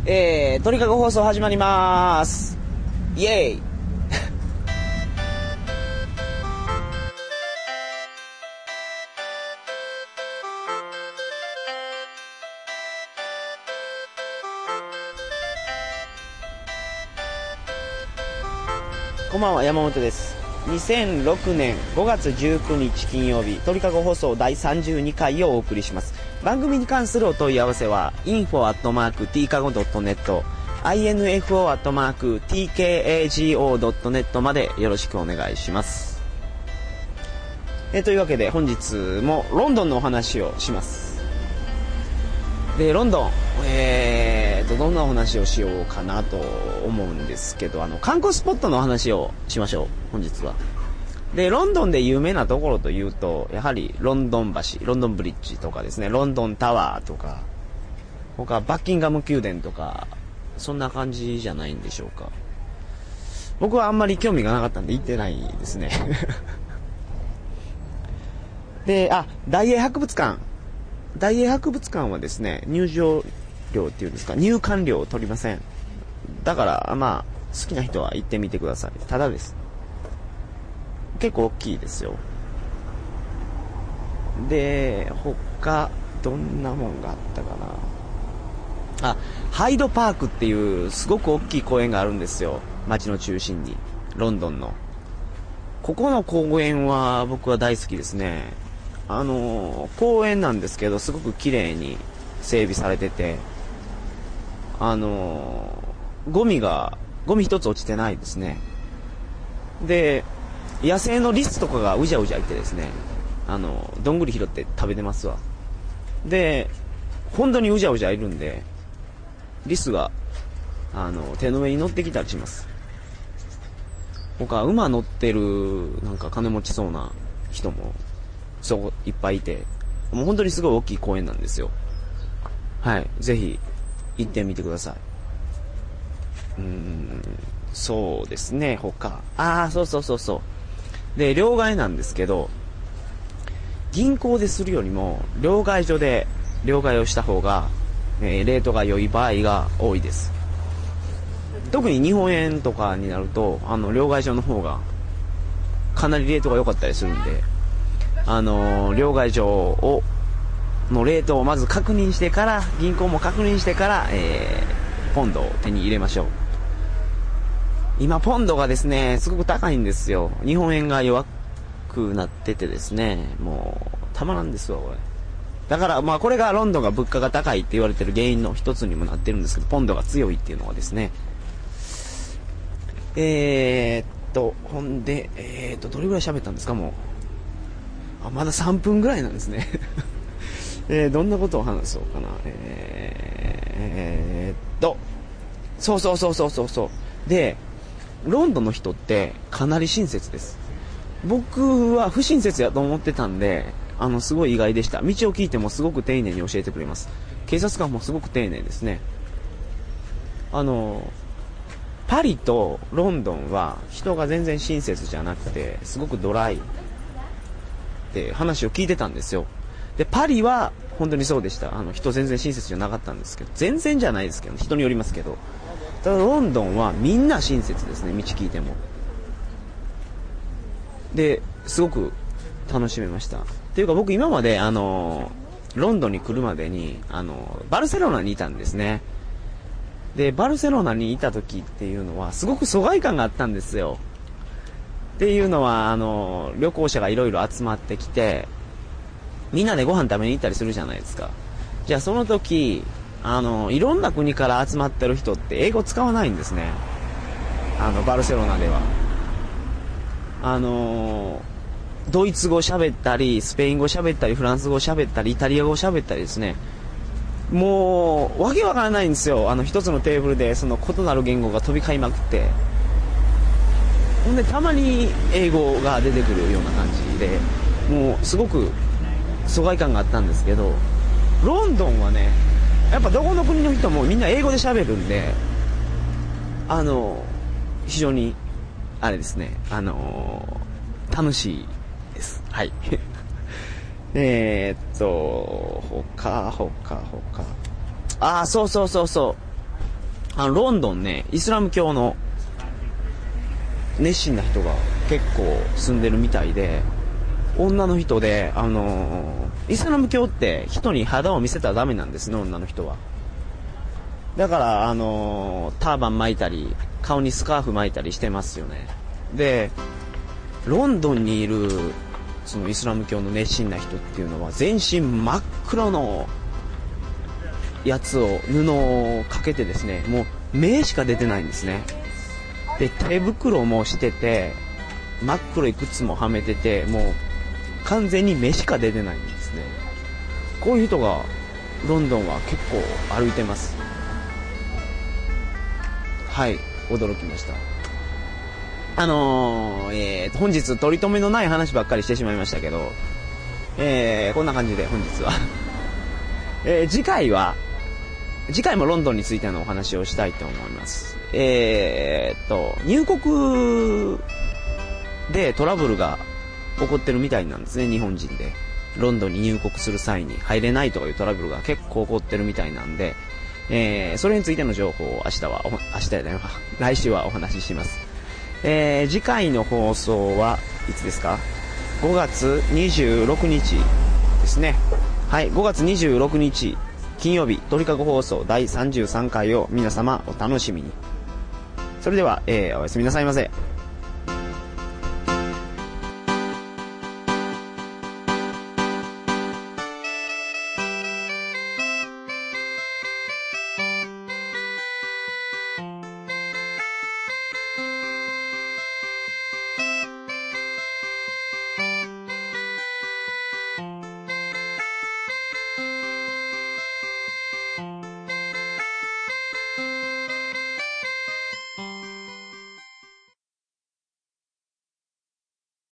鳥かご放送始まりまーす。イエーイこんばんは、山本です。2006年5月19日金曜日、鳥かご放送第32回をお送りします。番組に関するお問い合わせは info@tkago.net info@tkago.net までよろしくお願いします。というわけで本日もロンドンのお話をします。で、ロンドン、どんなお話をしようかなと思うんですけど、観光スポットのお話をしましょう、本日は。で、ロンドンで有名なところというと、やはりロンドン橋、ロンドンブリッジとかですね、ロンドンタワーとか、他バッキンガム宮殿とか、そんな感じじゃないんでしょうか。僕はあんまり興味がなかったんで行ってないですね。で、大英博物館。大英博物館はですね、入場料っていうんですか、入館料を取りません。だから好きな人は行ってみてください。ただです。結構大きいですよ。で、他どんなもんがあったかな。ハイドパークっていうすごく大きい公園があるんですよ、街の中心に。ロンドンのここの公園は僕は大好きですね。公園なんですけど、すごく綺麗に整備されてて、ゴミ一つ落ちてないですね。で、野生のリスとかがうじゃうじゃいてですね、どんぐり拾って食べてますわ。で、本当にうじゃうじゃいるんで、リスが手の上に乗ってきたりします。他馬乗ってるなんか金持ちそうな人もそういっぱいいて、もう本当にすごい大きい公園なんですよ。はい、ぜひ行ってみてください。そうですね。他そうで、両替なんですけど、銀行でするよりも両替所で両替をした方が、レートが良い場合が多いです。特に日本円とかになると、両替所の方がかなりレートが良かったりするんで、両替所のレートをまず確認してから、銀行も確認してから、ポンドを手に入れましょう。今ポンドがですね、すごく高いんですよ。日本円が弱くなっててですね、もうたまらんですわこれ。だからこれがロンドンが物価が高いって言われてる原因の一つにもなってるんですけど、ポンドが強いっていうのはですね、ほんでどれぐらい喋ったんですか。もうまだ3分ぐらいなんですね。どんなことを話そうかな。そうで、ロンドンの人ってかなり親切です。僕は不親切やと思ってたんで、すごい意外でした。道を聞いてもすごく丁寧に教えてくれます。警察官もすごく丁寧ですね。パリとロンドンは人が全然親切じゃなくて、すごくドライって話を聞いてたんですよ。で、パリは本当にそうでした。人全然親切じゃなかったんですけど、全然じゃないですけど、人によりますけど、ただロンドンはみんな親切ですね。道聞いても。で、すごく楽しめました。っていうか僕今までロンドンに来るまでにバルセロナにいたんですね。で、バルセロナにいた時っていうのはすごく疎外感があったんですよ。っていうのは旅行者がいろいろ集まってきて、みんなでご飯食べに行ったりするじゃないですか。じゃあその時いろんな国から集まってる人って英語使わないんですね。バルセロナではドイツ語喋ったり、スペイン語喋ったり、フランス語喋ったり、イタリア語喋ったりですね。もうわけわからないんですよ。一つのテーブルでその異なる言語が飛び交いまくって、ほんでたまに英語が出てくるような感じで、もうすごく疎外感があったんですけど、ロンドンはね、やっぱどこの国の人もみんな英語で喋るんで、非常にあれですね、楽しいです。はい。他。そう。 ロンドンね、イスラム教の熱心な人が結構住んでるみたいで、女の人で、イスラム教って人に肌を見せたらダメなんですね、女の人は。だから、ターバン巻いたり、顔にスカーフ巻いたりしてますよね。で、ロンドンにいる、そのイスラム教の熱心な人っていうのは、全身真っ黒のやつを、布をかけてですね、もう目しか出てないんですね。で、手袋もしてて、真っ黒い靴もはめてて、もう完全に目しか出てないんですね。こういう人がロンドンは結構歩いてます。はい、驚きました。本日取り留めのない話ばっかりしてしまいましたけど、こんな感じで本日は、次回もロンドンについてのお話をしたいと思います。入国でトラブルが起こってるみたいなんですね、日本人で。ロンドンに入国する際に入れないというトラブルが結構起こってるみたいなんで、それについての情報を来週はお話しします。次回の放送はいつですか？5月26日ですね。はい、5月26日金曜日、鳥かご放送第33回を皆様お楽しみに。それでは、おやすみなさいませ。